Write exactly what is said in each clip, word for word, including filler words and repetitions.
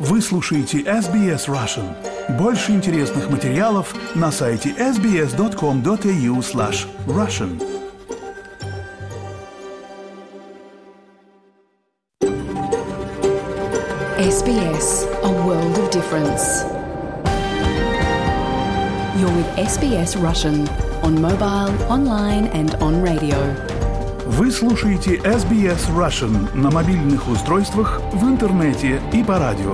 Вы слушаете эс би эс Russian. Больше интересных материалов на сайте эс би эс точка ком точка эй ю слэш Russian. эс би эс, a world of difference. You're with эс би эс Russian on mobile, online and on radio. Вы слушаете эс би эс Russian на мобильных устройствах, в интернете и по радио.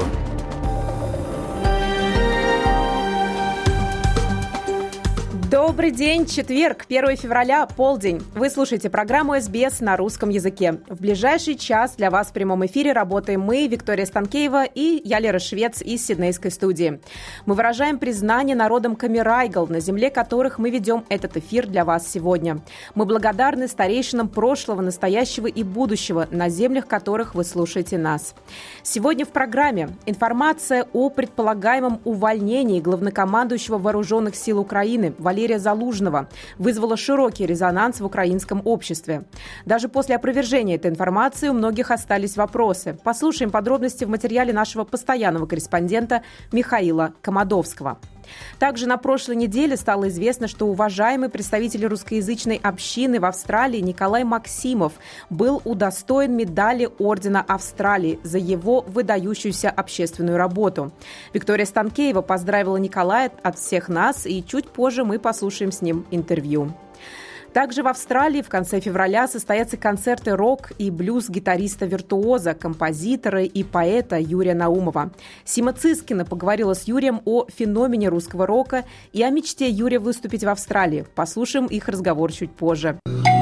Добрый день, четверг, первое февраля, полдень. Вы слушаете программу эс би эс на русском языке. В ближайший час для вас в прямом эфире работаем мы, Виктория Станкеева и я, Лера Швец из Сиднейской студии. Мы выражаем признание народам Камирайгал, на земле которых мы ведем этот эфир для вас сегодня. Мы благодарны старейшинам прошлого, настоящего и будущего, на землях которых вы слушаете нас. Сегодня в программе информация о предполагаемом увольнении главнокомандующего Вооруженных сил Украины Валерия Залужного вызвала широкий резонанс в украинском обществе. Даже после опровержения этой информации у многих остались вопросы. Послушаем подробности в материале нашего постоянного корреспондента Михаила Комадовского. Также на прошлой неделе стало известно, что уважаемый представитель русскоязычной общины в Австралии Николай Максимов был удостоен медали Ордена Австралии за его выдающуюся общественную работу. Виктория Станкеева поздравила Николая от всех нас, и чуть позже мы послушаем с ним интервью. Также в Австралии в конце февраля состоятся концерты рок- и блюз-гитариста-виртуоза, композитора и поэта Юрия Наумова. Сима Цискина поговорила с Юрием о феномене русского рока и о мечте Юрия выступить в Австралии. Послушаем их разговор чуть позже.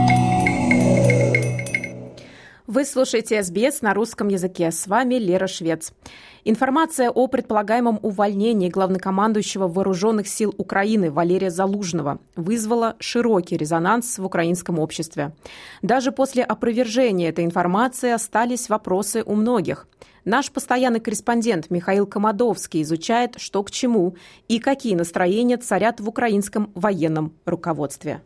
Вы слушаете эс би эс на русском языке. С вами Лера Швец. Информация о предполагаемом увольнении главнокомандующего Вооруженных сил Украины Валерия Залужного вызвала широкий резонанс в украинском обществе. Даже после опровержения этой информации остались вопросы у многих. Наш постоянный корреспондент Михаил Комадовский изучает, что к чему и какие настроения царят в украинском военном руководстве.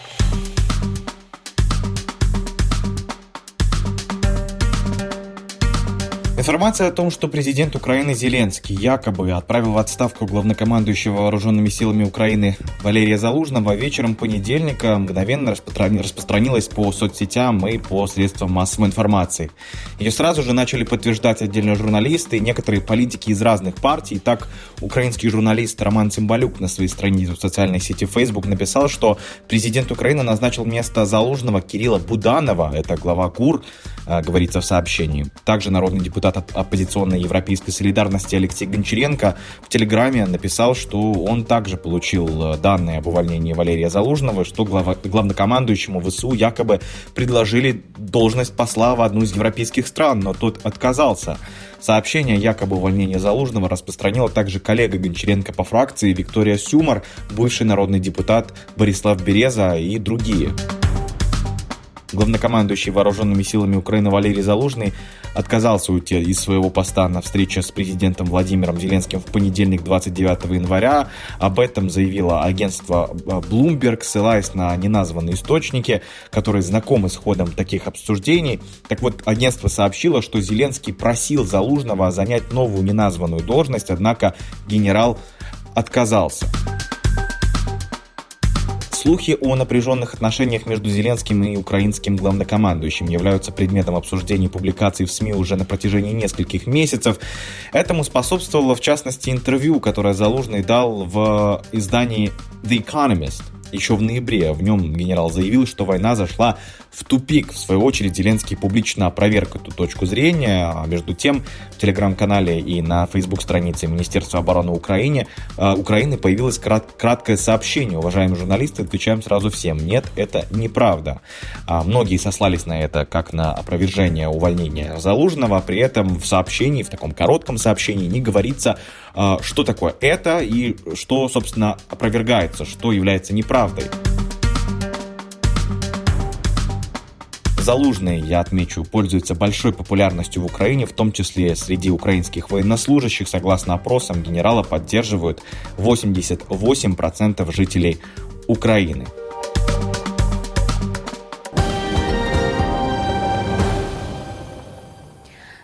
Информация о том, что президент Украины Зеленский якобы отправил в отставку главнокомандующего Вооруженными силами Украины Валерия Залужного, вечером понедельника мгновенно распространилась по соцсетям и по средствам массовой информации. Ее сразу же начали подтверждать отдельные журналисты и некоторые политики из разных партий. Так, украинский журналист Роман Цымбалюк на своей странице в социальной сети Facebook написал, что президент Украины назначил вместо Залужного Кирилла Буданова, это глава ГУР, говорится в сообщении. Также народный депутат от оппозиционной европейской солидарности Алексей Гончаренко в Телеграме написал, что он также получил данные об увольнении Валерия Залужного, что глава, главнокомандующему ВСУ якобы предложили должность посла в одну из европейских стран, но тот отказался. Сообщение якобы увольнения Залужного распространила также коллега Гончаренко по фракции Виктория Сюмар, бывший народный депутат Борислав Береза и другие. Главнокомандующий Вооруженными силами Украины Валерий Залужный отказался уйти из своего поста на встрече с президентом Владимиром Зеленским в понедельник, двадцать девятого января. Об этом заявило агентство Bloomberg, ссылаясь на неназванные источники, которые знакомы с ходом таких обсуждений. Так вот, агентство сообщило, что Зеленский просил Залужного занять новую неназванную должность, однако генерал отказался. Слухи о напряженных отношениях между Зеленским и украинским главнокомандующим являются предметом обсуждений и публикаций в СМИ уже на протяжении нескольких месяцев. Этому способствовало, в частности, интервью, которое Залужный дал в издании The Economist еще в ноябре. В нем генерал заявил, что война зашла в тупик. В свою очередь, Зеленский публично опроверг эту точку зрения. А между тем, в телеграм-канале и на фейсбук-странице Министерства обороны Украины, э, Украины появилось крат- краткое сообщение. Уважаемые журналисты, отвечаем сразу всем. Нет, это неправда. А многие сослались на это как на опровержение увольнения Залужного. При этом в сообщении, в таком коротком сообщении, не говорится, э, что такое это и что, собственно, опровергается, что является неправдой. Залужный, я отмечу, пользуется большой популярностью в Украине, в том числе среди украинских военнослужащих. Согласно опросам, генерала поддерживают восемьдесят восемь процентов жителей Украины.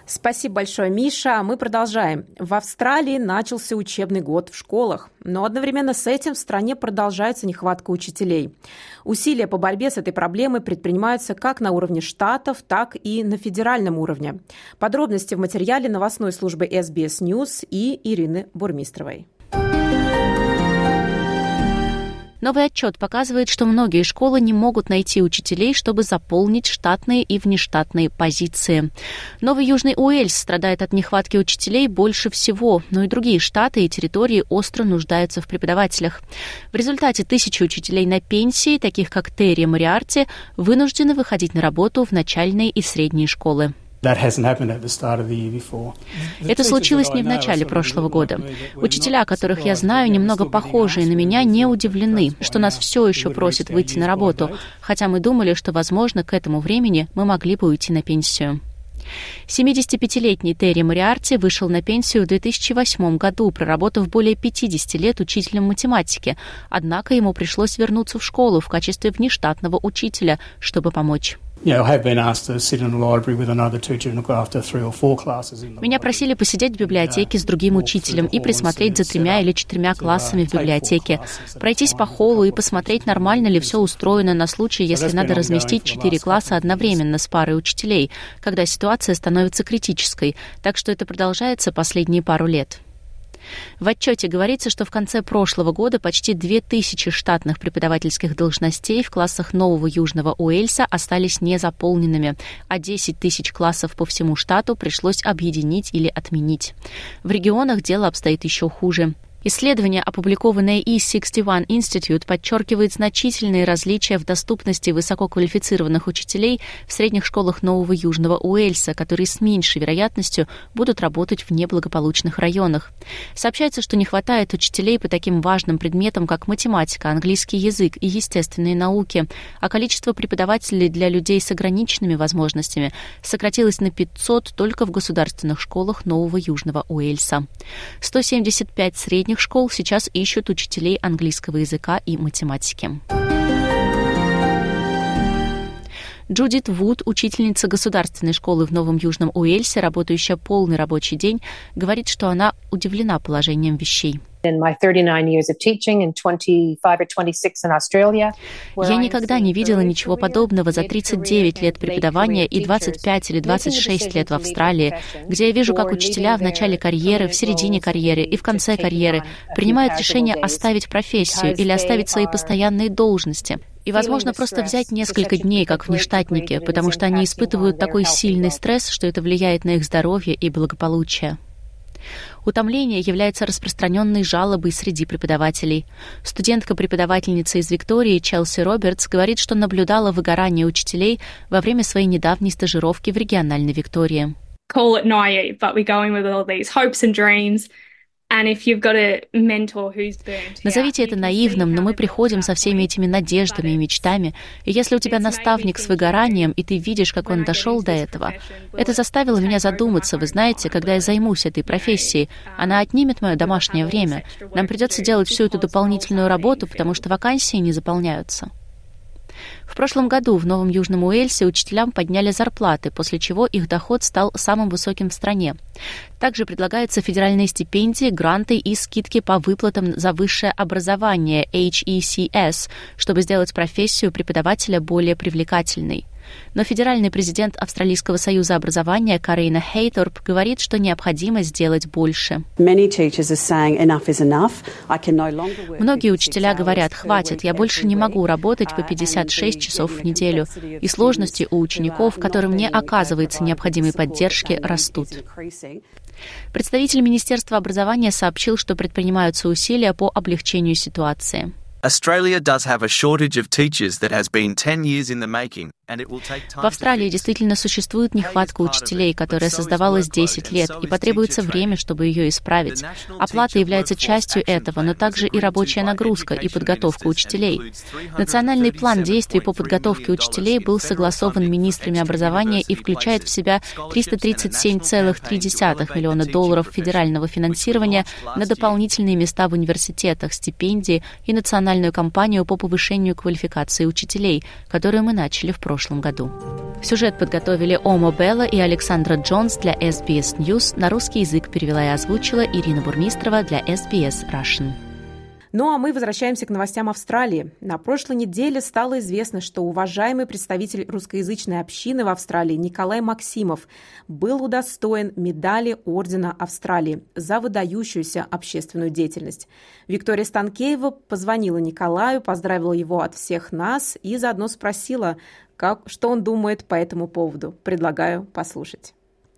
Спасибо большое, Миша. Мы продолжаем. В Австралии начался учебный год в школах, но одновременно с этим в стране продолжается нехватка учителей. Усилия по борьбе с этой проблемой предпринимаются как на уровне штатов, так и на федеральном уровне. Подробности в материале новостной службы эс би эс News и Ирины Бурмистровой. Новый отчет показывает, что многие школы не могут найти учителей, чтобы заполнить штатные и внештатные позиции. Новый Южный Уэльс страдает от нехватки учителей больше всего, но и другие штаты и территории остро нуждаются в преподавателях. В результате тысячи учителей на пенсии, таких как Терри Мориарти, вынуждены выходить на работу в начальные и средние школы. Это случилось не в начале прошлого года. Учителя, которых я знаю, немного похожие на меня, не удивлены, что нас все еще просят выйти на работу, хотя мы думали, что, возможно, к этому времени мы могли бы уйти на пенсию. семидесятипятилетний Терри Мориарти вышел на пенсию в две тысячи восьмом году, проработав более пятидесяти лет учителем математики, однако ему пришлось вернуться в школу в качестве внештатного учителя, чтобы помочь. Меня просили посидеть в библиотеке с другим учителем и присмотреть за тремя или четырьмя классами в библиотеке, пройтись по холлу и посмотреть, нормально ли все устроено на случай, если надо разместить четыре класса одновременно с парой учителей, когда ситуация становится критической, так что это продолжается последние пару лет. В отчете говорится, что в конце прошлого года почти две тысячи штатных преподавательских должностей в классах Нового Южного Уэльса остались незаполненными, а десять тысяч классов по всему штату пришлось объединить или отменить. В регионах дело обстоит еще хуже. Исследование, опубликованное и шестьдесят один Institute, подчеркивает значительные различия в доступности высококвалифицированных учителей в средних школах Нового Южного Уэльса, которые с меньшей вероятностью будут работать в неблагополучных районах. Сообщается, что не хватает учителей по таким важным предметам, как математика, английский язык и естественные науки, а количество преподавателей для людей с ограниченными возможностями сократилось на пятьсот только в государственных школах Нового Южного Уэльса. сто семьдесят пять средних школ сейчас ищут учителей английского языка и математики. Джудит Вуд, учительница государственной школы в Новом Южном Уэльсе, работающая полный рабочий день, говорит, что она удивлена положением вещей. Я никогда не видела ничего подобного за тридцать девять лет преподавания и двадцать пять или двадцать шесть лет в Австралии, где я вижу, как учителя в начале карьеры, в середине карьеры и в конце карьеры принимают решение оставить профессию или оставить свои постоянные должности. И, возможно, просто взять несколько дней, как внештатники, потому что они испытывают такой сильный стресс, что это влияет на их здоровье и благополучие. Утомление является распространенной жалобой среди преподавателей. Студентка-преподавательница из Виктории Челси Робертс говорит, что наблюдала выгорание учителей во время своей недавней стажировки в региональной Виктории. Назовите это наивным, но мы приходим со всеми этими надеждами и мечтами, и если у тебя наставник с выгоранием, и ты видишь, как он дошел до этого, это заставило меня задуматься, вы знаете, когда я займусь этой профессией, она отнимет мое домашнее время, нам придется делать всю эту дополнительную работу, потому что вакансии не заполняются. В прошлом году в Новом Южном Уэльсе учителям подняли зарплаты, после чего их доход стал самым высоким в стране. Также предлагаются федеральные стипендии, гранты и скидки по выплатам за высшее образование эйч и си эс, чтобы сделать профессию преподавателя более привлекательной. Но федеральный президент Австралийского союза образования Карина Хейторп говорит, что необходимо сделать больше. Многие учителя говорят: «Хватит, я больше не могу работать по пятьдесят шесть часов в неделю». И сложности у учеников, которым не оказывается необходимой поддержки, растут. Представитель Министерства образования сообщил, что предпринимаются усилия по облегчению ситуации. В Австралии действительно существует нехватка учителей, которая создавалась десять лет, и потребуется время, чтобы ее исправить. Оплата является частью этого, но также и рабочая нагрузка и подготовка учителей. Национальный план действий по подготовке учителей был согласован министрами образования и включает в себя триста тридцать семь целых три десятых миллиона долларов федерального финансирования на дополнительные места в университетах, стипендии и национальную кампанию по повышению квалификации учителей, которую мы начали в прошлом прошлом году. Сюжет подготовили Омо Белла и Александра Джонс для эс би эс News. На русский язык перевела и озвучила Ирина Бурмистрова для эс би эс Russian. Ну а мы возвращаемся к новостям Австралии. На прошлой неделе стало известно, что уважаемый представитель русскоязычной общины в Австралии Николай Максимов был удостоен медали Ордена Австралии за выдающуюся общественную деятельность. Виктория Станкеева позвонила Николаю, поздравила его от всех нас и заодно спросила, как, что он думает по этому поводу. Предлагаю послушать.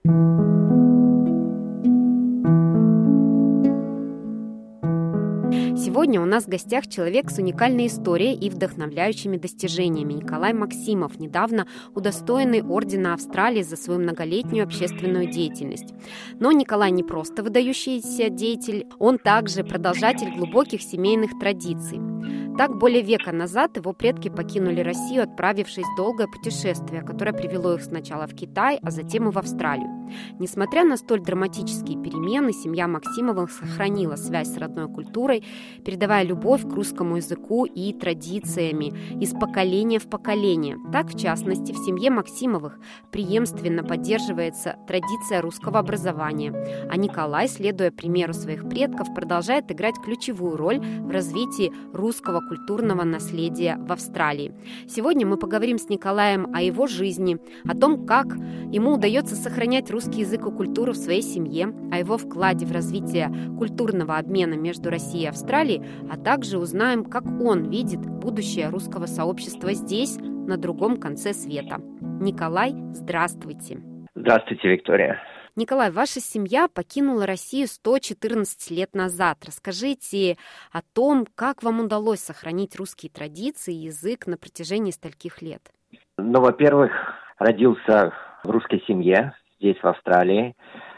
Сегодня у нас в гостях человек с уникальной историей и вдохновляющими достижениями. Николай Максимов, недавно удостоенный Ордена Австралии за свою многолетнюю общественную деятельность. Но Николай не просто выдающийся деятель, он также продолжатель глубоких семейных традиций. Так, более века назад его предки покинули Россию, отправившись в долгое путешествие, которое привело их сначала в Китай, а затем и в Австралию. Несмотря на столь драматические перемены, семья Максимовых сохранила связь с родной культурой, передавая любовь к русскому языку и традициями из поколения в поколение. Так, в частности, в семье Максимовых преемственно поддерживается традиция русского образования, а Николай, следуя примеру своих предков, продолжает играть ключевую роль в развитии русского культурного наследия в Австралии. Сегодня мы поговорим с Николаем о его жизни, о том, как ему удается сохранять русский язык и культуру в своей семье, о его вкладе в развитие культурного обмена между Россией и Австралией, а также узнаем, как он видит будущее русского сообщества здесь, на другом конце света. Николай, здравствуйте. Здравствуйте, Виктория. Николай, ваша семья покинула Россию сто четырнадцать лет назад. Расскажите о том, как вам удалось сохранить русские традиции и язык на протяжении стольких лет. Ну, во-первых, родился в русской семье, здесь, в Австралии.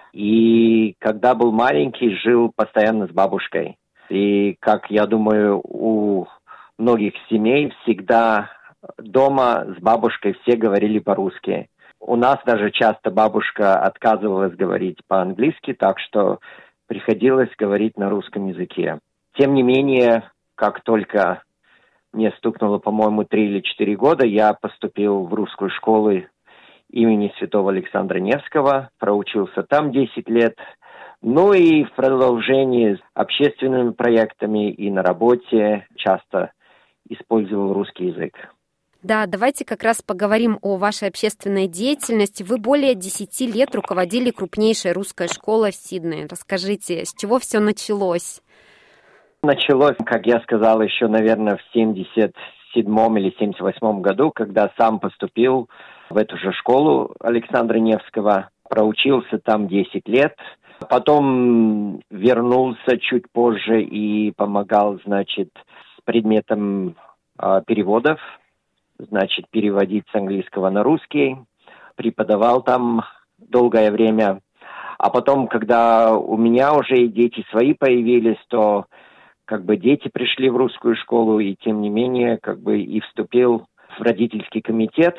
И когда был маленький, жил постоянно с бабушкой. И, как я думаю, у многих семей всегда дома с бабушкой все говорили по-русски. У нас даже часто бабушка отказывалась говорить по-английски, так что приходилось говорить на русском языке. Тем не менее, как только мне стукнуло, по-моему, три или четыре года, я поступил в русскую школу имени святого Александра Невского, проучился там десять лет. Ну и в продолжении с общественными проектами и на работе часто использовал русский язык. Да, давайте как раз поговорим о вашей общественной деятельности. Вы более десяти лет руководили крупнейшей русской школой в Сиднее. Расскажите, с чего все началось? Началось, как я сказал, еще, наверное, в семьдесят седьмом или семьдесят восьмом году, когда сам поступил в эту же школу Александра Невского. Проучился там десять лет. Потом вернулся чуть позже и помогал, значит, с предметом э, переводов. Значит, переводить с английского на русский. Преподавал там долгое время. А потом, когда у меня уже и дети свои появились, то как бы дети пришли в русскую школу, и тем не менее, как бы и вступил в родительский комитет,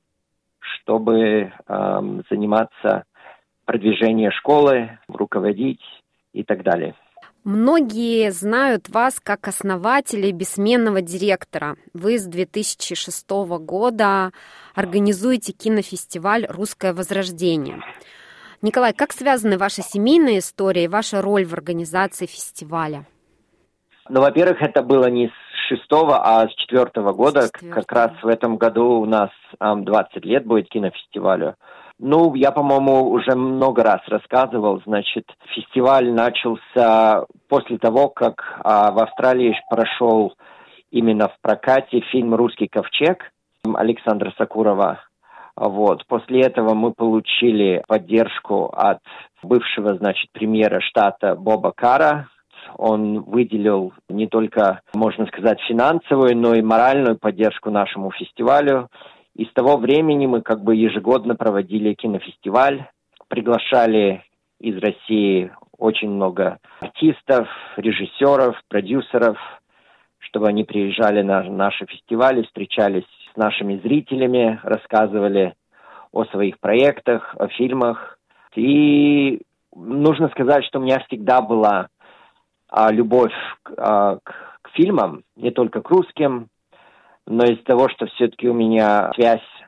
чтобы эм, заниматься продвижением школы, руководить и так далее. Многие знают вас как основателя и бессменного директора. Вы с две тысячи шестого года организуете кинофестиваль «Русское возрождение». Николай, как связаны ваша семейная история и ваша роль в организации фестиваля? Ну, во-первых, это было не с шестого, а с четвертого года. С четвертого. Как раз в этом году у нас эм, двадцать лет будет кинофестивалю. Ну, я, по-моему, уже много раз рассказывал. Значит, фестиваль начался после того, как а, в Австралии прошел именно в прокате фильм «Русский ковчег» Александра Сакурова. Вот. После этого мы получили поддержку от бывшего, значит, премьера штата Боба Карра. Он выделил не только, можно сказать, финансовую, но и моральную поддержку нашему фестивалю. И с того времени мы как бы ежегодно проводили кинофестиваль, приглашали из России очень много артистов, режиссеров, продюсеров, чтобы они приезжали на наши фестивали, встречались с нашими зрителями, рассказывали о своих проектах, о фильмах. И нужно сказать, что у меня всегда была а, любовь к, а, к, к фильмам, не только к русским, но из-за того, что все-таки у меня связь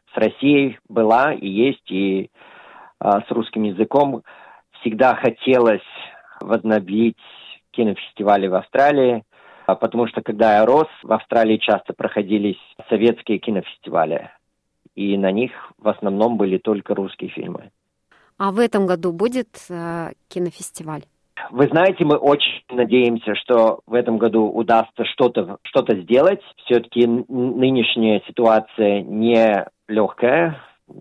с Россией была и есть, и а, с русским языком. Всегда хотелось возобновить кинофестивали в Австралии, потому что когда я рос, в Австралии часто проходились советские кинофестивали, и на них в основном были только русские фильмы. А в этом году будет э, кинофестиваль? Вы знаете, мы очень надеемся, что в этом году удастся что-то, что-то сделать. Все-таки нынешняя ситуация не легкая,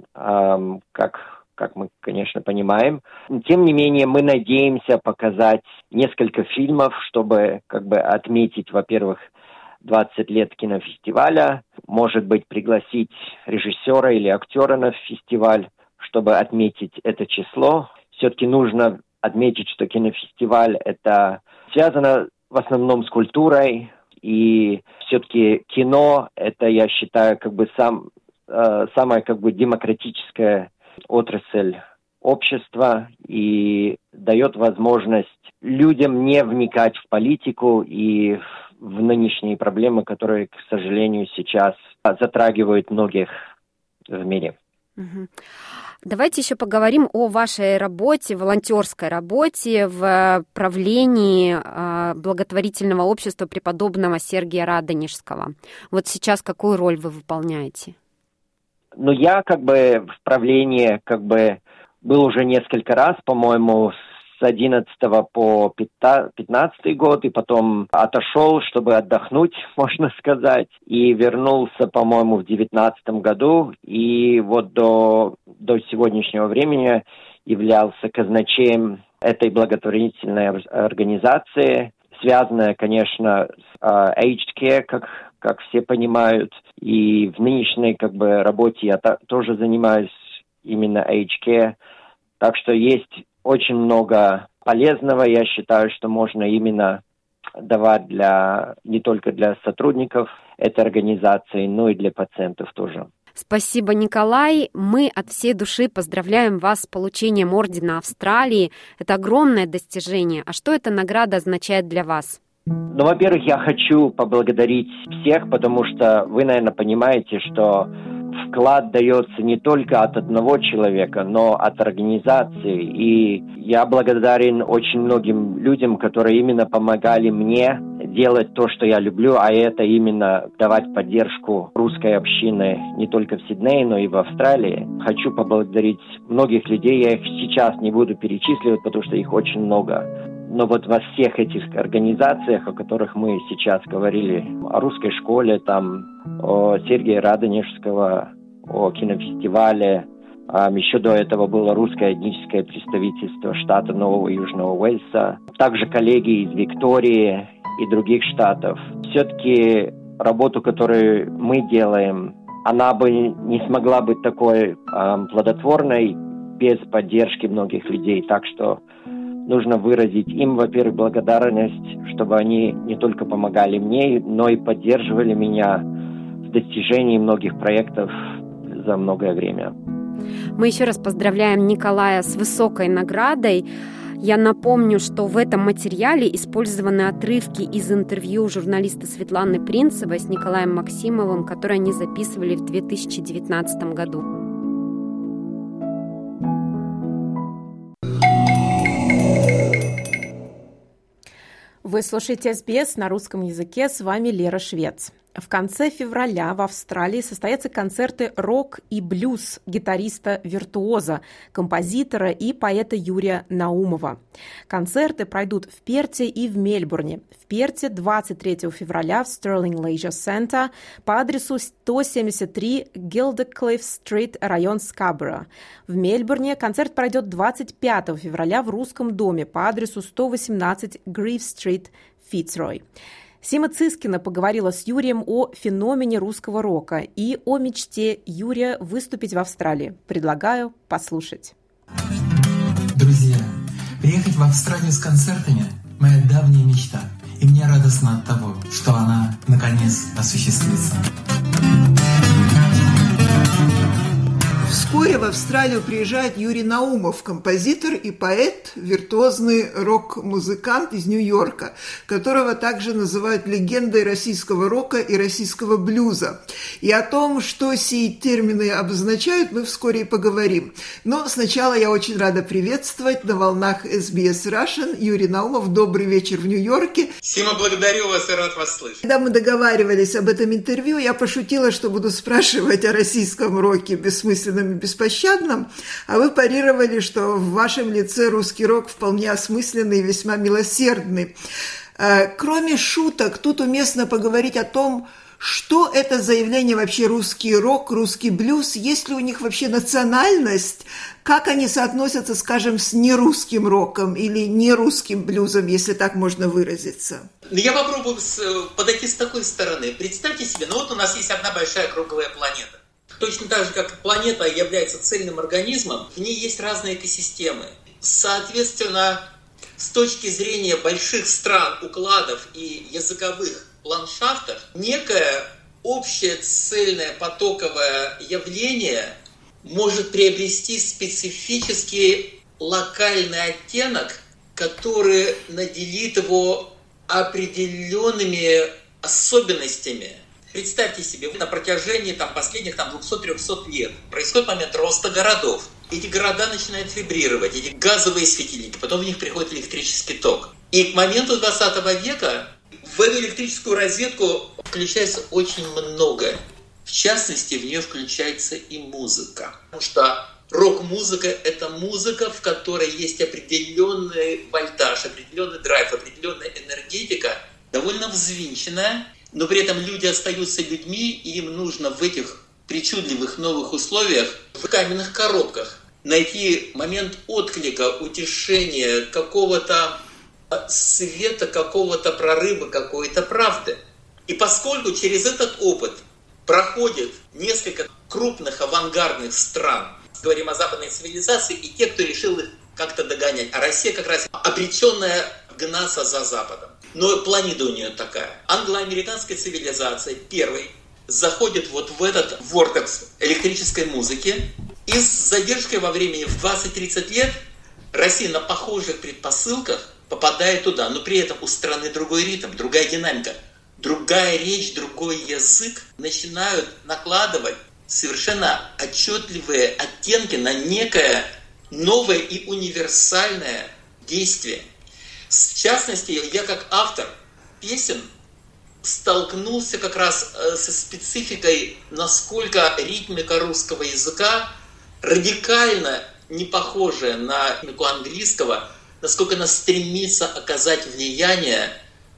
эм, как, как мы, конечно, понимаем. Тем не менее, мы надеемся показать несколько фильмов, чтобы как бы отметить, во-первых, двадцать лет кинофестиваля, может быть, пригласить режиссера или актера на фестиваль, чтобы отметить это число. Все-таки нужно отметить, что кинофестиваль это связано в основном с культурой, и все-таки кино это, я считаю, как бы сам, э, самая как бы демократическая отрасль общества и дает возможность людям не вникать в политику и в нынешние проблемы, которые, к сожалению, сейчас затрагивают многих в мире. Угу. Давайте еще поговорим о вашей работе, волонтерской работе в правлении э, благотворительного общества преподобного Сергия Радонежского. Вот сейчас какую роль вы выполняете? Ну, я как бы в правлении как бы был уже несколько раз, по-моему, с одиннадцатого по пятнадцатый год, и потом отошел, чтобы отдохнуть, можно сказать, и вернулся, по-моему, в девятнадцатом году, и вот до, до сегодняшнего времени являлся казначеем этой благотворительной организации, связанная, конечно, с uh, aged care, как, как все понимают, и в нынешней как бы работе я та, тоже занимаюсь именно aged care, так что есть очень много полезного, я считаю, что можно именно давать для, не только для сотрудников этой организации, но и для пациентов тоже. Спасибо, Николай. Мы от всей души поздравляем вас с получением ордена Австралии. Это огромное достижение. А что эта награда означает для вас? Ну, во-первых, я хочу поблагодарить всех, потому что вы, наверное, понимаете, что вклад дается не только от одного человека, но от организации. И я благодарен очень многим людям, которые именно помогали мне делать то, что я люблю, а это именно давать поддержку русской общины не только в Сиднее, но и в Австралии. Хочу поблагодарить многих людей, я их сейчас не буду перечисливать, потому что их очень много. Но вот во всех этих организациях, о которых мы сейчас говорили, о русской школе, там, о Сергии Радонежского, о кинофестивале, а еще до этого было русское этническое представительство штата Нового Южного Уэльса, также коллеги из Виктории и других штатов. Все-таки работу, которую мы делаем, она бы не смогла быть такой э, плодотворной без поддержки многих людей. Так что нужно выразить им, во-первых, благодарность, чтобы они не только помогали мне, но и поддерживали меня в достижении многих проектов за многое время. Мы еще раз поздравляем Николая с высокой наградой. Я напомню, что в этом материале использованы отрывки из интервью журналиста Светланы Принцевой с Николаем Максимовым, которые они записывали в две тысячи девятнадцатом году. Вы слушаете эс би эс на русском языке, с вами Лера Швец. В конце февраля в Австралии состоятся концерты «Рок и блюз» гитариста-виртуоза, композитора и поэта Юрия Наумова. Концерты пройдут в Перте и в Мельбурне. В Перте двадцать третьего февраля в Sterling Leisure Centre по адресу сто семьдесят три Гилдеклифф-стрит, район Скарборо. В Мельбурне концерт пройдет двадцать пятого февраля в Русском доме по адресу сто восемнадцать Гриф-стрит, Фицрой. Сима Цискина поговорила с Юрием о феномене русского рока и о мечте Юрия выступить в Австралии. Предлагаю послушать. Друзья, приехать в Австралию с концертами – моя давняя мечта. И мне радостно от того, что она наконец осуществится. Вскоре в Австралию приезжает Юрий Наумов, композитор и поэт, виртуозный рок-музыкант из Нью-Йорка, которого также называют легендой российского рока и российского блюза. И о том, что сии термины обозначают, мы вскоре и поговорим. Но сначала я очень рада приветствовать на волнах эс би эс Russian Юрий Наумов. Добрый вечер в Нью-Йорке. Сима, благодарю вас и рад вас слышать. Когда мы договаривались об этом интервью, я пошутила, что буду спрашивать о российском роке бессмысленном и беспощадном, а вы парировали, что в вашем лице русский рок вполне осмысленный и весьма милосердный. Кроме шуток, тут уместно поговорить о том, что это за явление вообще русский рок, русский блюз, есть ли у них вообще национальность, как они соотносятся, скажем, с нерусским роком или нерусским блюзом, если так можно выразиться. Я попробую подойти с такой стороны. Представьте себе, ну вот у нас есть одна большая круглая планета. Точно так же, как планета является цельным организмом, в ней есть разные экосистемы. Соответственно, с точки зрения больших стран, укладов и языковых ландшафтов, некое общее цельное потоковое явление может приобрести специфический локальный оттенок, который наделит его определенными особенностями. Представьте себе, на протяжении там, последних там, двухсот-трехсот лет происходит момент роста городов. Эти города начинают вибрировать, эти газовые светильники, потом в них приходит электрический ток. И к моменту двадцатого века в эту электрическую розетку включается очень многое. В частности, в нее включается и музыка. Потому что рок-музыка – это музыка, в которой есть определенный вольтаж, определенный драйв, определенная энергетика, довольно взвинченная. Но при этом люди остаются людьми, и им нужно в этих причудливых новых условиях, в каменных коробках, найти момент отклика, утешения, какого-то света, какого-то прорыва, какой-то правды. И поскольку через этот опыт проходит несколько крупных авангардных стран, говорим о западной цивилизации, и те, кто решил их как-то догонять, а Россия как раз обреченная гнаться за Западом. Но планета у нее такая. Англо-американская цивилизация первой заходит вот в этот вортекс электрической музыки. И с задержкой во времени в двадцать-тридцать лет Россия на похожих предпосылках попадает туда. Но при этом у страны другой ритм, другая динамика, другая речь, другой язык начинают накладывать совершенно отчетливые оттенки на некое новое и универсальное действие. В частности, я как автор песен столкнулся как раз со спецификой, насколько ритмика русского языка радикально не похожая на ритмику английского, насколько она стремится оказать влияние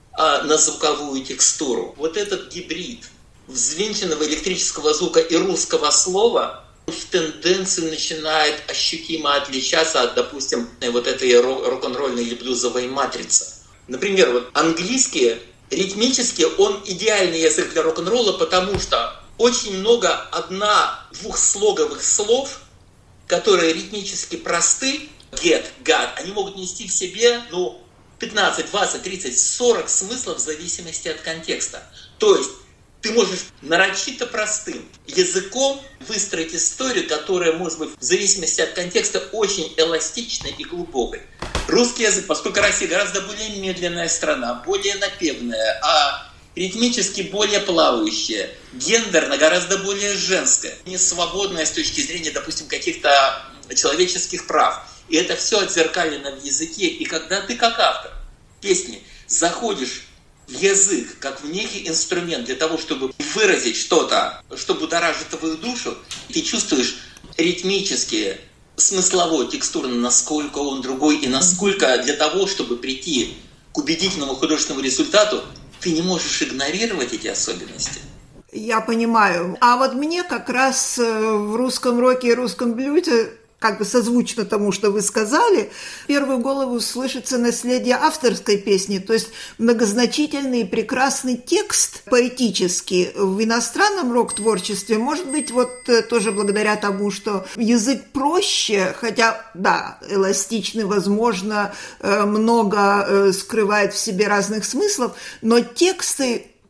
на звуковую текстуру. Вот этот гибрид взвинченного электрического звука и русского слова в тенденции начинает ощутимо отличаться от, допустим, вот этой рок-н-ролльной или блюзовой матрицы. Например, вот английский ритмически он идеальный язык для рок-н-ролла, потому что очень много одно-двухслоговых слов, которые ритмически просты, get, got, они могут нести в себе, ну, пятнадцать, двадцать, тридцать, сорок смыслов в зависимости от контекста. То есть ты можешь нарочито простым языком выстроить историю, которая может быть в зависимости от контекста очень эластичной и глубокой. Русский язык, поскольку Россия гораздо более медленная страна, более напевная, а ритмически более плавающая, гендерно гораздо более женская, не свободная с точки зрения, допустим, каких-то человеческих прав. И это все отзеркалено в языке. И когда ты как автор песни заходишь в язык, как в некий инструмент для того, чтобы выразить что-то, что будоражит твою душу, ты чувствуешь ритмически, смыслово, текстурно, насколько он другой, и насколько для того, чтобы прийти к убедительному художественному результату, ты не можешь игнорировать эти особенности. Я понимаю. А вот мне как раз в русском роке и русском блюзе, как бы созвучно тому, что вы сказали, в первую голову слышится наследие авторской песни, то есть многозначительный и прекрасный текст поэтический в иностранном рок-творчестве, может быть, вот тоже благодаря тому, что язык проще, хотя, да, эластичный, возможно, много скрывает в себе разных смыслов, но тексты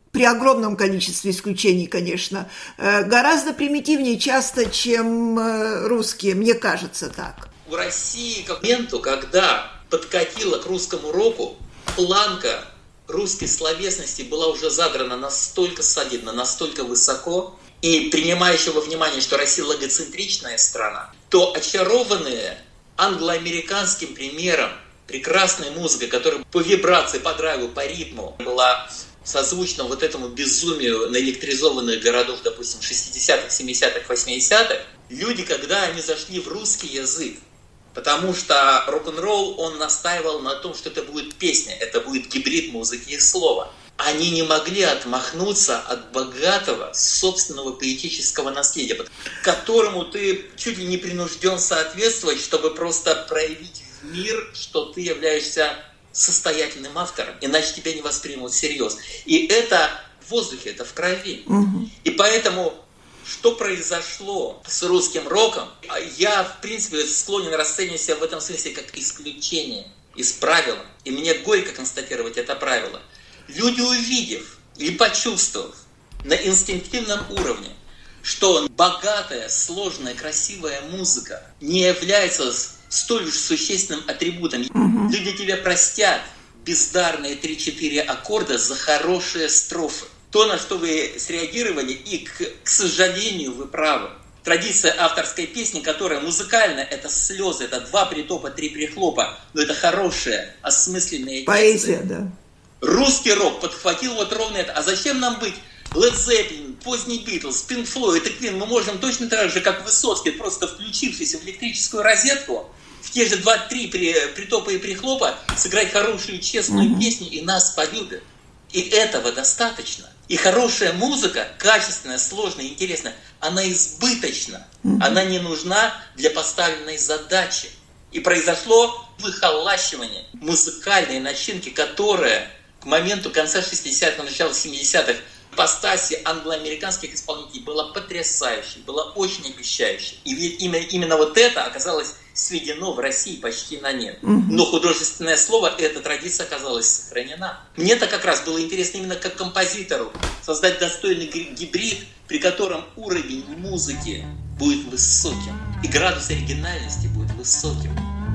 при огромном количестве исключений, конечно, гораздо примитивнее часто, чем русские, мне кажется так. В России к моменту, когда подкатила к русскому року, планка русской словесности была уже задрана настолько солидно, настолько высоко, и принимающего во внимание, что Россия логоцентричная страна, то очарованные англо-американским примером прекрасной музыкой, которая по вибрации, по драйву, по ритму была созвучна вот этому безумию наэлектризованных городов, допустим, шестидесятых, семидесятых, восьмидесятых, люди, когда они зашли в русский язык, потому что рок-н-ролл, он настаивал на том, что это будет песня, это будет гибрид музыки и слова. Они не могли отмахнуться от богатого собственного поэтического наследия, которому ты чуть ли не принужден соответствовать, чтобы просто проявить в мир, что ты являешься состоятельным автором, иначе тебя не воспримут всерьез. И это в воздухе, это в крови. Угу. И поэтому, что произошло с русским роком, я, в принципе, склонен расценивать себя в этом смысле как исключение из правила. И мне горько констатировать это правило. Люди, увидев или почувствовав на инстинктивном уровне, что богатая, сложная, красивая музыка не является столь уж существенным атрибутом, угу. люди тебя простят бездарные три-четыре аккорда за хорошие строфы. То, на что вы среагировали, и, к, к сожалению, вы правы. Традиция авторской песни, которая музыкально, это слезы, это два притопа, три прихлопа, но это хорошие, осмысленные поэзия, тексты. Да. Русский рок подхватил вот ровно это. А зачем нам быть Led Zeppelin, поздний Beatles, Pink Floyd и Queen? Мы можем точно так же, как Высоцкий, просто включившись в электрическую розетку, в те же два-три притопа и прихлопа, сыграть хорошую, честную mm-hmm. песню, и нас полюбят. И этого достаточно. И хорошая музыка, качественная, сложная, интересная, она избыточна. Mm-hmm. Она не нужна для поставленной задачи. И произошло выхолащивание музыкальной начинки, которая к моменту конца шестидесятых, начала семидесятых в ипостаси англо-американских исполнителей была потрясающей, была очень обещающей. И именно, именно вот это оказалось сведено в России почти на нет. Mm-hmm. Но художественное слово, эта традиция оказалась сохранена. Мне-то как раз было интересно именно как композитору создать достойный гибрид, при котором уровень музыки будет высоким, и градус оригинальности будет высоким.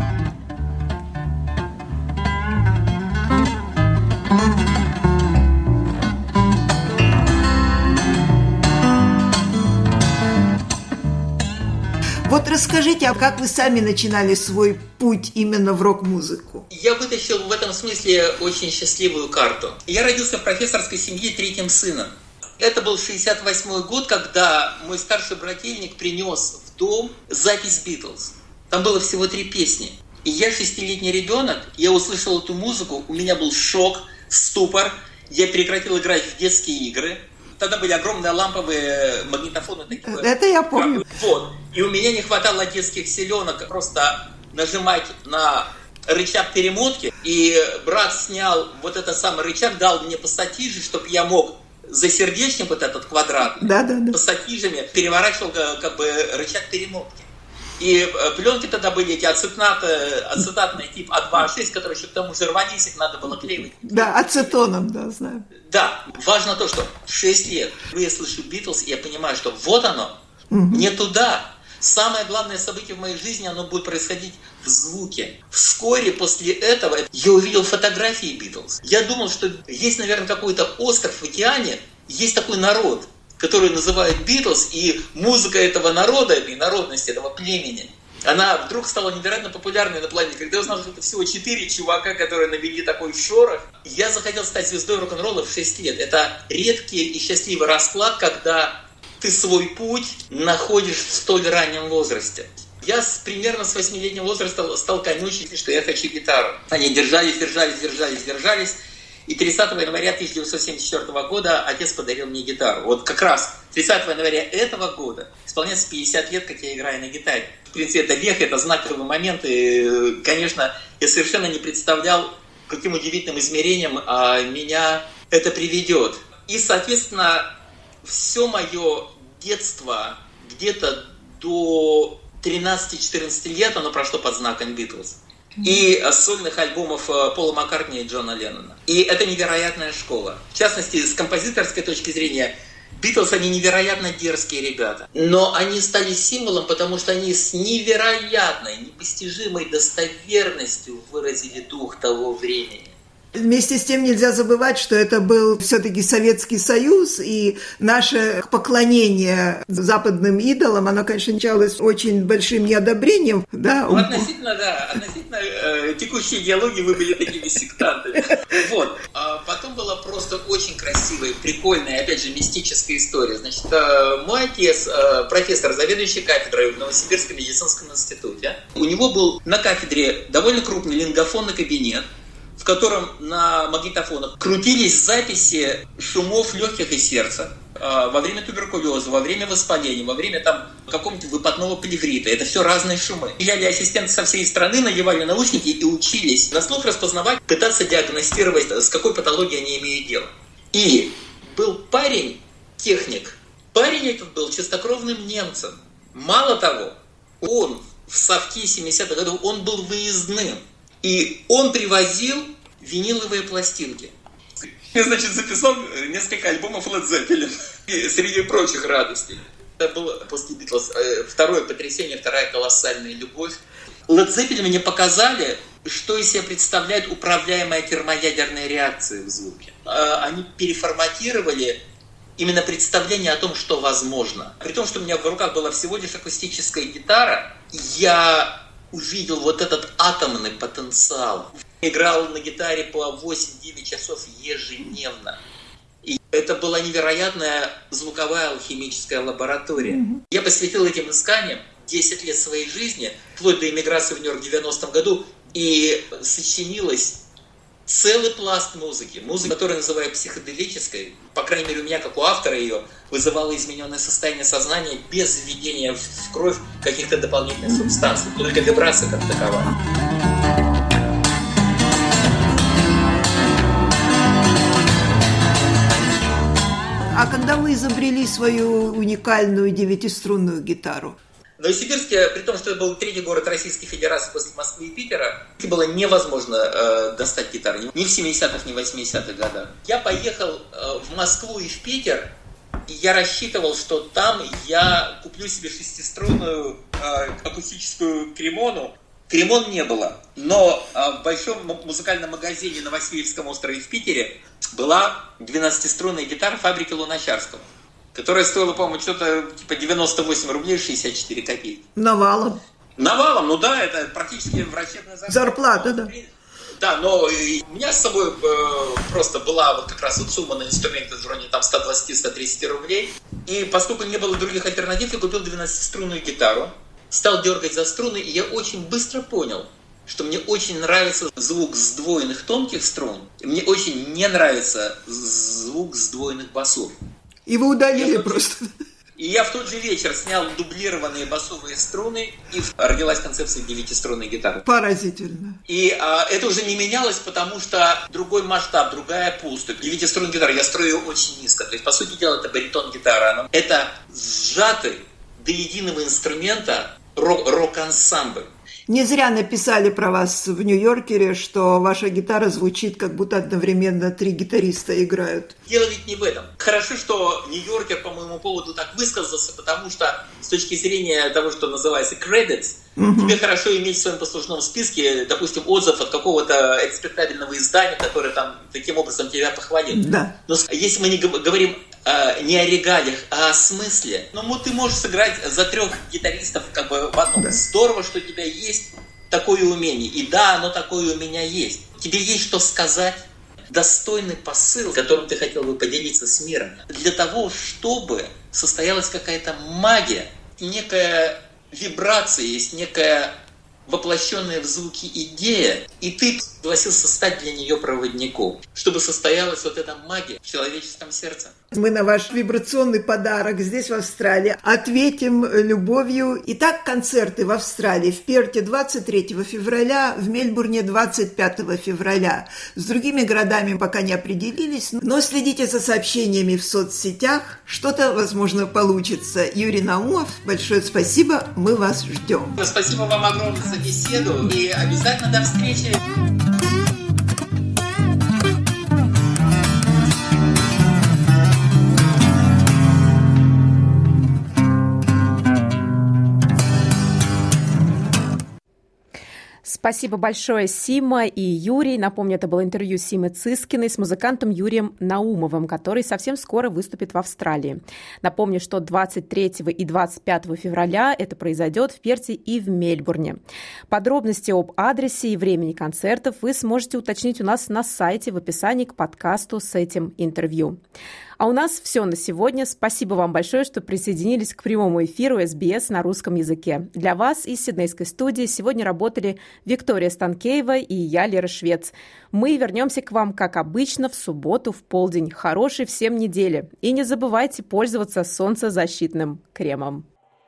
Вот расскажите, а как вы сами начинали свой путь именно в рок-музыку? Я вытащил в этом смысле очень счастливую карту. Я родился в профессорской семье третьим сыном. Это был шестьдесят восьмой год, когда мой старший брательник принес в дом запись «Битлз». Там было всего три песни. И я шестилетний ребенок, я услышал эту музыку, у меня был шок, ступор. Я прекратил играть в детские игры. Тогда были огромные ламповые магнитофоны. Такие, это я помню. Вот. И у меня не хватало детских силенок просто нажимать на рычаг перемотки. И брат снял вот этот самый рычаг, дал мне пассатижи, чтобы я мог за сердечник вот этот квадрат да, да, да. пассатижами переворачивал как бы рычаг перемотки. И пленки тогда были эти ацетаты, ацетатный тип А два А шесть, которые еще к тому же рвались, их надо было клеить. Да, ацетоном, да, знаю. Да, важно то, что в шесть лет я слышу Битлз, и я понимаю, что вот оно, угу. мне туда. Самое главное событие в моей жизни, оно будет происходить в звуке. Вскоре после этого я увидел фотографии Битлз. Я думал, что есть, наверное, какой-то остров в океане, есть такой народ, который называют Битлз, и музыка этого народа, этой народности, этого племени, она вдруг стала невероятно популярной на планете. Когда я узнал, что это всего четыре чувака, которые навели такой шорох, я захотел стать звездой рок-н-ролла в шесть лет. Это редкий и счастливый расклад, когда ты свой путь находишь в столь раннем возрасте. Я с, примерно с восьмилетнего возраста стал конючить, что я хочу гитару. Они держались, держались, держались, держались. И тридцатого января тысяча девятьсот семьдесят четвёртого года отец подарил мне гитару. Вот как раз тридцатого января этого года исполняется пятьдесят лет, как я играю на гитаре. В принципе, это век, это знаковый момент. И, конечно, я совершенно не представлял, каким удивительным измерением а, меня это приведет. И, соответственно, все мое детство где-то до тринадцати-четырнадцати лет оно прошло под знаком Битлз. и сольных альбомов Пола Маккартни и Джона Леннона. И это невероятная школа. В частности, с композиторской точки зрения, Битлз, они невероятно дерзкие ребята. Но они стали символом, потому что они с невероятной, непостижимой достоверностью выразили дух того времени. Вместе с тем нельзя забывать, что это был все-таки Советский Союз, и наше поклонение западным идолам, оно, конечно, началось очень большим неодобрением. Да? Ну, относительно, да, относительно э, текущей идеологии вы были такими сектантами. Вот. А потом была просто очень красивая, прикольная, опять же, мистическая история. Значит, э, мой отец, э, профессор, заведующий кафедрой в Новосибирском медицинском институте, у него был на кафедре довольно крупный лингофонный кабинет, в котором на магнитофонах крутились записи шумов легких и сердца э, во время туберкулеза, во время воспаления, во время там какого-нибудь выпадного плеврита. Это все разные шумы. Приезжали ассистенты со всей страны, надевали наушники и учились на слух распознавать, пытаться диагностировать, с какой патологией они имеют дело. И был парень, техник. Парень этот был чистокровным немцем. Мало того, он в совке семидесятых годов, он был выездным. И он привозил виниловые пластинки. Я, значит, записал несколько альбомов Led Zeppelin среди прочих радостей. Это было после Битлз второе потрясение, вторая колоссальная любовь. Led Zeppelin мне показали, что из себя представляет управляемая термоядерная реакция в звуке. Они переформатировали именно представление о том, что возможно. При том, что у меня в руках была всего лишь акустическая гитара, я увидел вот этот атомный потенциал. Играл на гитаре по восемь-девять часов ежедневно. И это была невероятная звуковая алхимическая лаборатория. Mm-hmm. Я посвятил этим исканиям десять лет своей жизни, вплоть до эмиграции в Нью-Йорк в девяностом году, и сочинилось целый пласт музыки. Музыка, которую я называю психоделической, по крайней мере у меня, как у автора ее, вызывала измененное состояние сознания без введения в кровь каких-то дополнительных субстанций, только вибрация как таковая. А когда вы изобрели свою уникальную девятиструнную гитару? В Новосибирске, при том, что это был третий город Российской Федерации после Москвы и Питера, было невозможно э, достать гитару. Ни в семидесятых, ни в восьмидесятых годах. Я поехал э, в Москву и в Питер, и я рассчитывал, что там я куплю себе шестиструнную э, акустическую кремону. Кремон не было, но э, в большом музыкальном магазине на Васильевском острове в Питере была двенадцатиструнная гитара фабрики Луначарского, которая стоила, по-моему, что-то типа девяносто восемь рублей шестьдесят четыре копейки. Навалом. Навалом, ну да, это практически врачебная зарплата. Зарплата, да. Да, но у меня с собой э, просто была вот как раз вот сумма на инструменты в районе там сто двадцать - сто тридцать рублей. И поскольку не было других альтернатив, я купил двенадцатиструнную гитару, стал дергать за струны, и я очень быстро понял, что мне очень нравится звук сдвоенных тонких струн, и мне очень не нравится звук сдвоенных басов. И вы удалили просто. И я в тот же вечер снял дублированные басовые струны, и родилась концепция девятиструнной гитары. Поразительно. И а, это уже не менялось, потому что другой масштаб, другая пустая. Девятиструнная гитара я строю очень низко. То есть, по сути дела, это баритон-гитара. Это сжатый до единого инструмента рок- рок-ансамбль. Не зря написали про вас в Нью-Йоркере, что ваша гитара звучит, как будто одновременно три гитариста играют. Дело ведь не в этом. Хорошо, что Нью-Йоркер по моему поводу так высказался, потому что с точки зрения того, что называется credits, mm-hmm. тебе хорошо иметь в своем послужном списке, допустим, отзыв от какого-то респектабельного издания, которое там таким образом тебя похвалит. Да. Но если мы не говорим э, не о регалиях, а о смысле, ну ты можешь сыграть за трех гитаристов как бы в одном. Да. Здорово, что у тебя есть такое умение. И да, оно такое у меня есть. Тебе есть что сказать, достойный посыл, которым ты хотел бы поделиться с миром. Для того, чтобы состоялась какая-то магия, некая вибрация, есть некая воплощенная в звуки идея, и ты согласился стать для нее проводником, чтобы состоялась вот эта магия в человеческом сердце. Мы на ваш вибрационный подарок здесь, в Австралии, ответим любовью. Итак, концерты в Австралии. В Перте двадцать третьего февраля, в Мельбурне двадцать пятого февраля. С другими городами пока не определились, но следите за сообщениями в соцсетях. Что-то, возможно, получится. Юрий Наумов, большое спасибо, мы вас ждем. Спасибо вам огромное за беседу и обязательно до встречи. Спасибо большое, Сима и Юрий. Напомню, это было интервью Симы Цискиной с музыкантом Юрием Наумовым, который совсем скоро выступит в Австралии. Напомню, что двадцать третьего и двадцать пятого февраля это произойдет в Перте и в Мельбурне. Подробности об адресе и времени концертов вы сможете уточнить у нас на сайте в описании к подкасту с этим интервью. А у нас все на сегодня. Спасибо вам большое, что присоединились к прямому эфиру эс би эс на русском языке. Для вас из Сиднейской студии сегодня работали Виктория Станкеева и я, Лера Швец. Мы вернемся к вам, как обычно, в субботу в полдень. Хорошей всем недели. И не забывайте пользоваться солнцезащитным кремом.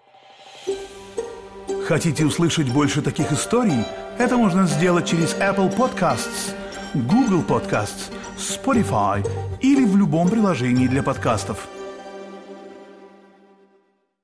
Хотите услышать больше таких историй? Это можно сделать через Apple Podcasts, Google Podcasts, Spotify или в любом приложении для подкастов.